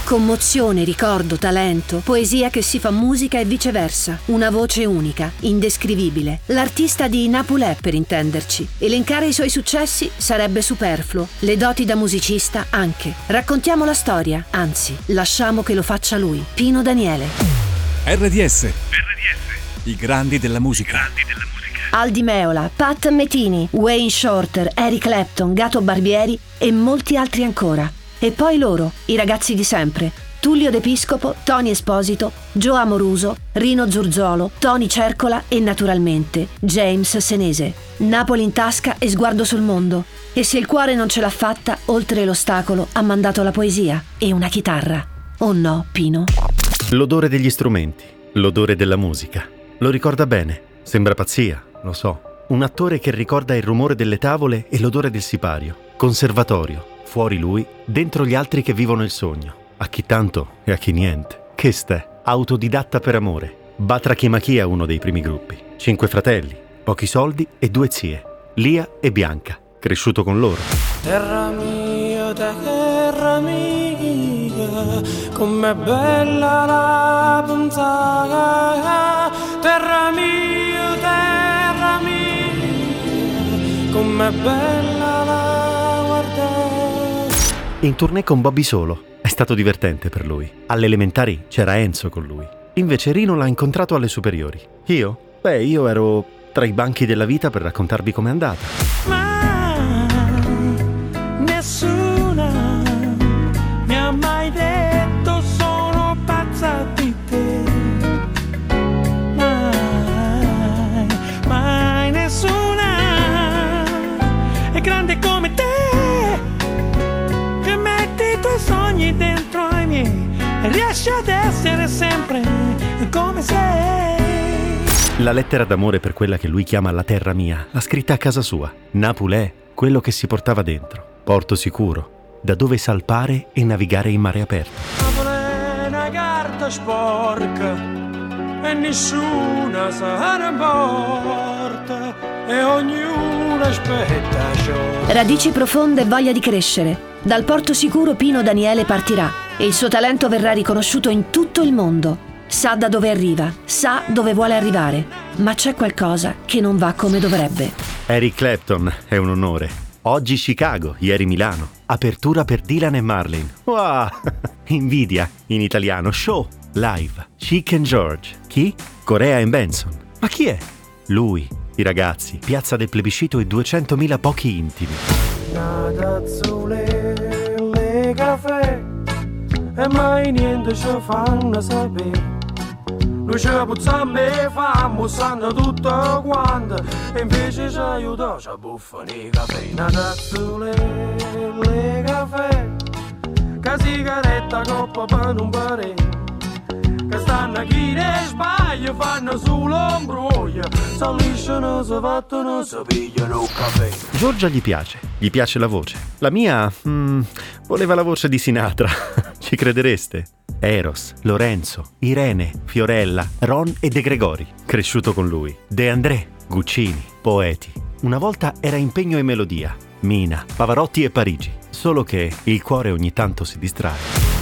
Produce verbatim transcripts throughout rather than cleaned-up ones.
Commozione, ricordo, talento, poesia che si fa musica e viceversa. Una voce unica, indescrivibile. L'artista di Napulè, per intenderci. Elencare i suoi successi sarebbe superfluo. Le doti da musicista anche. Raccontiamo la storia, anzi, lasciamo che lo faccia lui. Pino Daniele. R D S. R D S. I grandi della musica. I grandi della musica. Aldi Meola, Pat Metini, Wayne Shorter, Eric Clapton, Gato Barbieri e molti altri ancora. E poi loro, i ragazzi di sempre, Tullio De Piscopo, Tony Esposito, Joe Amoruso, Rino Zurzolo, Tony Cercola e naturalmente James Senese. Napoli in tasca e sguardo sul mondo. E se il cuore non ce l'ha fatta, oltre l'ostacolo ha mandato la poesia e una chitarra. Oh no, Pino? L'odore degli strumenti, l'odore della musica. Lo ricorda bene, sembra pazzia, lo so. Un attore che ricorda il rumore delle tavole e l'odore del sipario. Conservatorio. Fuori lui, dentro gli altri che vivono il sogno. A chi tanto e a chi niente. Che ste, autodidatta per amore. Batra Chimachia, uno dei primi gruppi. Cinque fratelli, pochi soldi e due zie. Lia e Bianca, cresciuto con loro. Terra mia, terra mia, com'è bella la punzata. Terra mia, terra mia, com'è bella la in tournée con Bobby Solo. È stato divertente per lui. Alle elementari c'era Enzo con lui. Invece Rino l'ha incontrato alle superiori. Io? Beh, io ero tra i banchi della vita per raccontarvi com'è andata. Ma nessuna mi ha mai detto sono pazza di te. Mai, mai nessuna è grande come te. Sogni dentro ai miei e riesci ad essere sempre come sei. La lettera d'amore per quella che lui chiama la terra mia l'ha scritta a casa sua. Napulè, quello che si portava dentro. Porto sicuro, da dove salpare e navigare in mare aperto. Napolè è una carta sporca e nessuna se ne importa e ognuno aspetta ciò. Radici profonde e voglia di crescere. Dal porto sicuro Pino Daniele partirà e il suo talento verrà riconosciuto in tutto il mondo. Sa da dove arriva, sa dove vuole arrivare, ma c'è qualcosa che non va come dovrebbe. Eric Clapton è un onore. Oggi Chicago, ieri Milano. Apertura per Dylan e Marlin. Wow! Invidia in italiano. Show live. Chic and George. Chi? Corea e Benson. Ma chi è? Lui, i ragazzi, piazza del plebiscito e duecentomila pochi intimi. Nadazzole, le caffè e mai niente ci fanno sapere. Noi ci puzziamo e famo, sanno tutto quanto e invece ci aiuta, ci buffano i caffè. Nadazzole, le caffè che sigaretta coppa per non pare, che stanno chi ne sbaglia fanno sull'ombroia, s'allisciano, si fattono, si pigliano un caffè. Giorgia gli piace, gli piace la voce. La mia, mm, voleva la voce di Sinatra, ci credereste? Eros, Lorenzo, Irene, Fiorella, Ron e De Gregori, cresciuto con lui. De André, Guccini, poeti. Una volta era Impegno e Melodia, Mina, Pavarotti e Parigi. Solo che il cuore ogni tanto si distrae.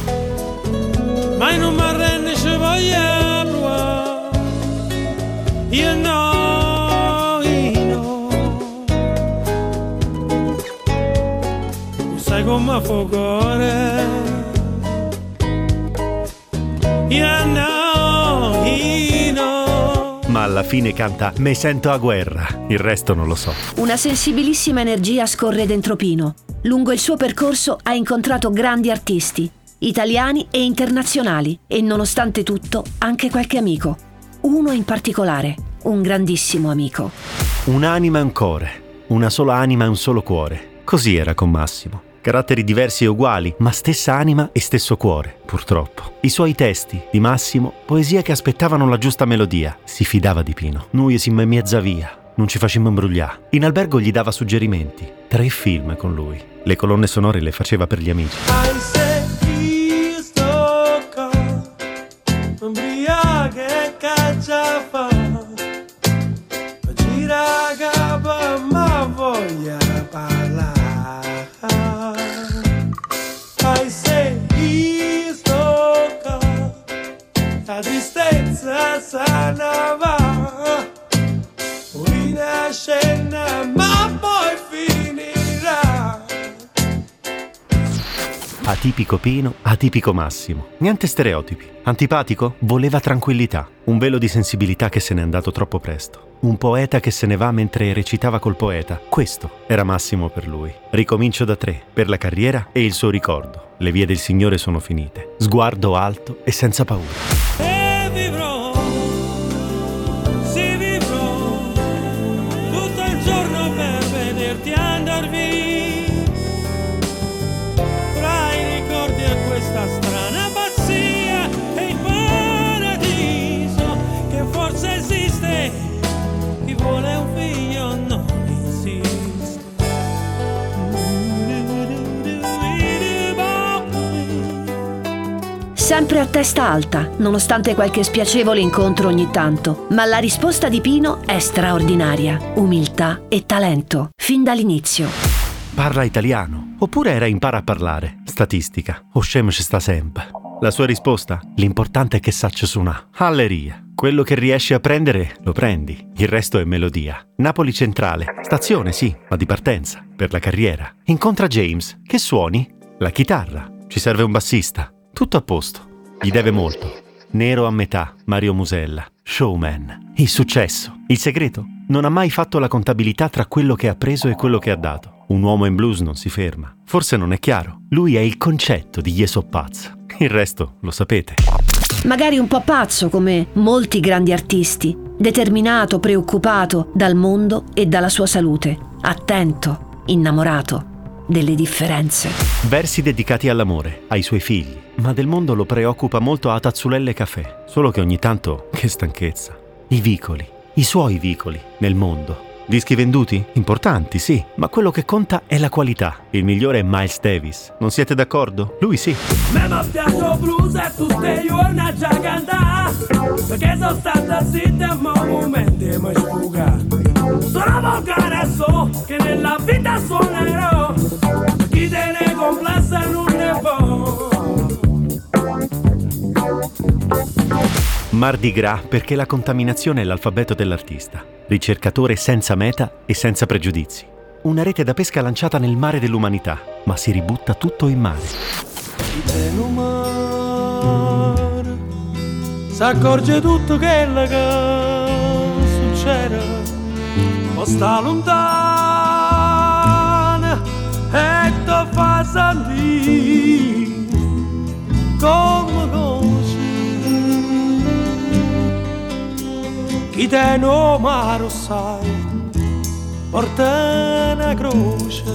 Ma non mi arrende ci voglio, io no, io no. Sai come fa cuore, io no, io no. Ma alla fine canta Me sento a guerra, il resto non lo so. Una sensibilissima energia scorre dentro Pino. Lungo il suo percorso ha incontrato grandi artisti, italiani e internazionali, e nonostante tutto anche qualche amico. Uno in particolare, un grandissimo amico. Un'anima e un cuore, una sola anima e un solo cuore. Così era con Massimo. Caratteri diversi e uguali, ma stessa anima e stesso cuore, purtroppo. I suoi testi, di Massimo, poesie che aspettavano la giusta melodia. Si fidava di Pino. Noi siamo in mezza via, non ci facciamo imbrugliare. In albergo gli dava suggerimenti. Tre film con lui. Le colonne sonore le faceva per gli amici. I say he's the la tristezza se ne va, una scena ma poi finirà. Atipico Pino, atipico Massimo. Niente stereotipi. Antipatico? Voleva tranquillità. Un velo di sensibilità che se n'è andato troppo presto. Un poeta che se ne va mentre recitava col poeta. Questo era Massimo per lui. Ricomincio da tre, per la carriera e il suo ricordo. Le vie del Signore sono finite. Sguardo alto e senza paura. E vivrò, sì vivrò, tutto il giorno per vederti andar via. Questa strana pazzia è il paradiso che forse esiste. Chi vuole un figlio non insiste. Sempre a testa alta, nonostante qualche spiacevole incontro ogni tanto, ma la risposta di Pino è straordinaria. Umiltà e talento, fin dall'inizio. Parla italiano, oppure era impara a parlare. Statistica, o scemo ci sta sempre. La sua risposta? L'importante è che saccia suonà. Alleria. Quello che riesci a prendere, lo prendi. Il resto è melodia. Napoli Centrale. Stazione, sì, ma di partenza. Per la carriera. Incontra James. Che suoni? La chitarra. Ci serve un bassista. Tutto a posto. Gli deve molto. Nero a metà, Mario Musella. Showman. Il successo. Il segreto? Non ha mai fatto la contabilità tra quello che ha preso e quello che ha dato. Un uomo in blues non si ferma. Forse non è chiaro. Lui è il concetto di Io so pazzo. Il resto lo sapete. Magari un po' pazzo come molti grandi artisti, determinato, preoccupato dal mondo e dalla sua salute, attento, innamorato delle differenze. Versi dedicati all'amore, ai suoi figli, ma del mondo lo preoccupa molto a Tazzulelle Café. Solo che ogni tanto, che stanchezza. I vicoli, i suoi vicoli nel mondo. Dischi venduti? Importanti, sì, ma quello che conta è la qualità. Il migliore è Miles Davis. Non siete d'accordo? Lui sì. Me mi piace blues e tutte i giorni a già cantare, perché sono stata zitta ma momenti mi sfuga. Sono volgare e so che nella vita suonerò, chi te ne complessa non ne può. Mardi Gras perché la contaminazione è l'alfabeto dell'artista. Ricercatore senza meta e senza pregiudizi. Una rete da pesca lanciata nel mare dell'umanità, ma si ributta tutto in mare. Nel mare s'accorge tutto quello che succede, ma sta lontana e ti fa sentire come conosci. Chi te no mare sai, porta una croce.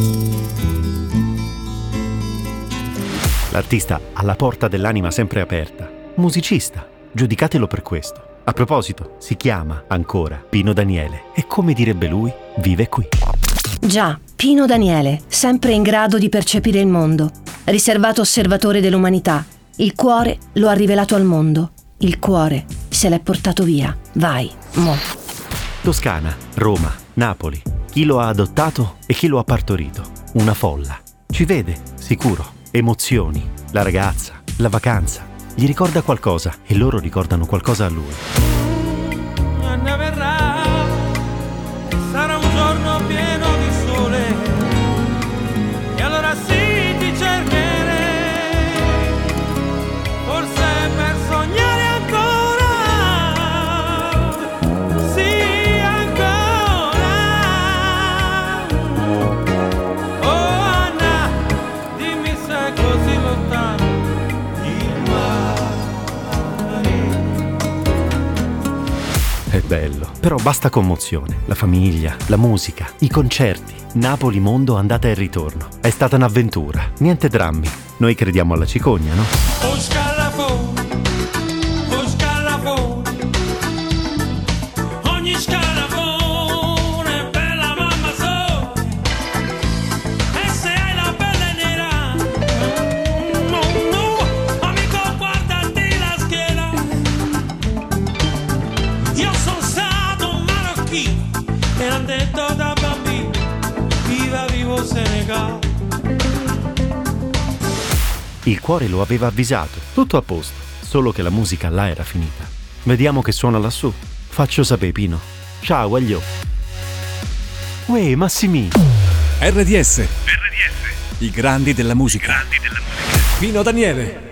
L'artista ha la porta dell'anima sempre aperta. Musicista, giudicatelo per questo. A proposito, si chiama ancora Pino Daniele e come direbbe lui, vive qui. Già, Pino Daniele, sempre in grado di percepire il mondo, riservato osservatore dell'umanità. Il cuore lo ha rivelato al mondo. Il cuore se l'è portato via. Vai, mo. Toscana, Roma, Napoli. Chi lo ha adottato e chi lo ha partorito. Una folla. Ci vede, sicuro. Emozioni, la ragazza, la vacanza. Gli ricorda qualcosa e loro ricordano qualcosa a lui. Anna verrà, sarà un giorno pieno di sole, e allora sì ti cercherei, forse per sognare ancora, sì ancora. Oh Anna, dimmi se è così lontano il mare. È bello, però basta commozione. La famiglia, la musica, i concerti. Napoli mondo andata e ritorno. È stata un'avventura, niente drammi. Noi crediamo alla cicogna, no? Oh scalafone, oh scalafone, ogni scalafone è bella mamma so, e se hai la pelle nera, no, no, amico guardati la schiena. Io sono stato un marocchino e hanno detto da bambino, viva vivo Senegal. Il cuore lo aveva avvisato, tutto a posto. solo che la musica là era finita. Vediamo che suona lassù. Faccio sapere, Pino. Ciao, aglio. Uè, Massimi. R D S. R D S. I grandi della musica. I grandi della musica. Pino Daniele.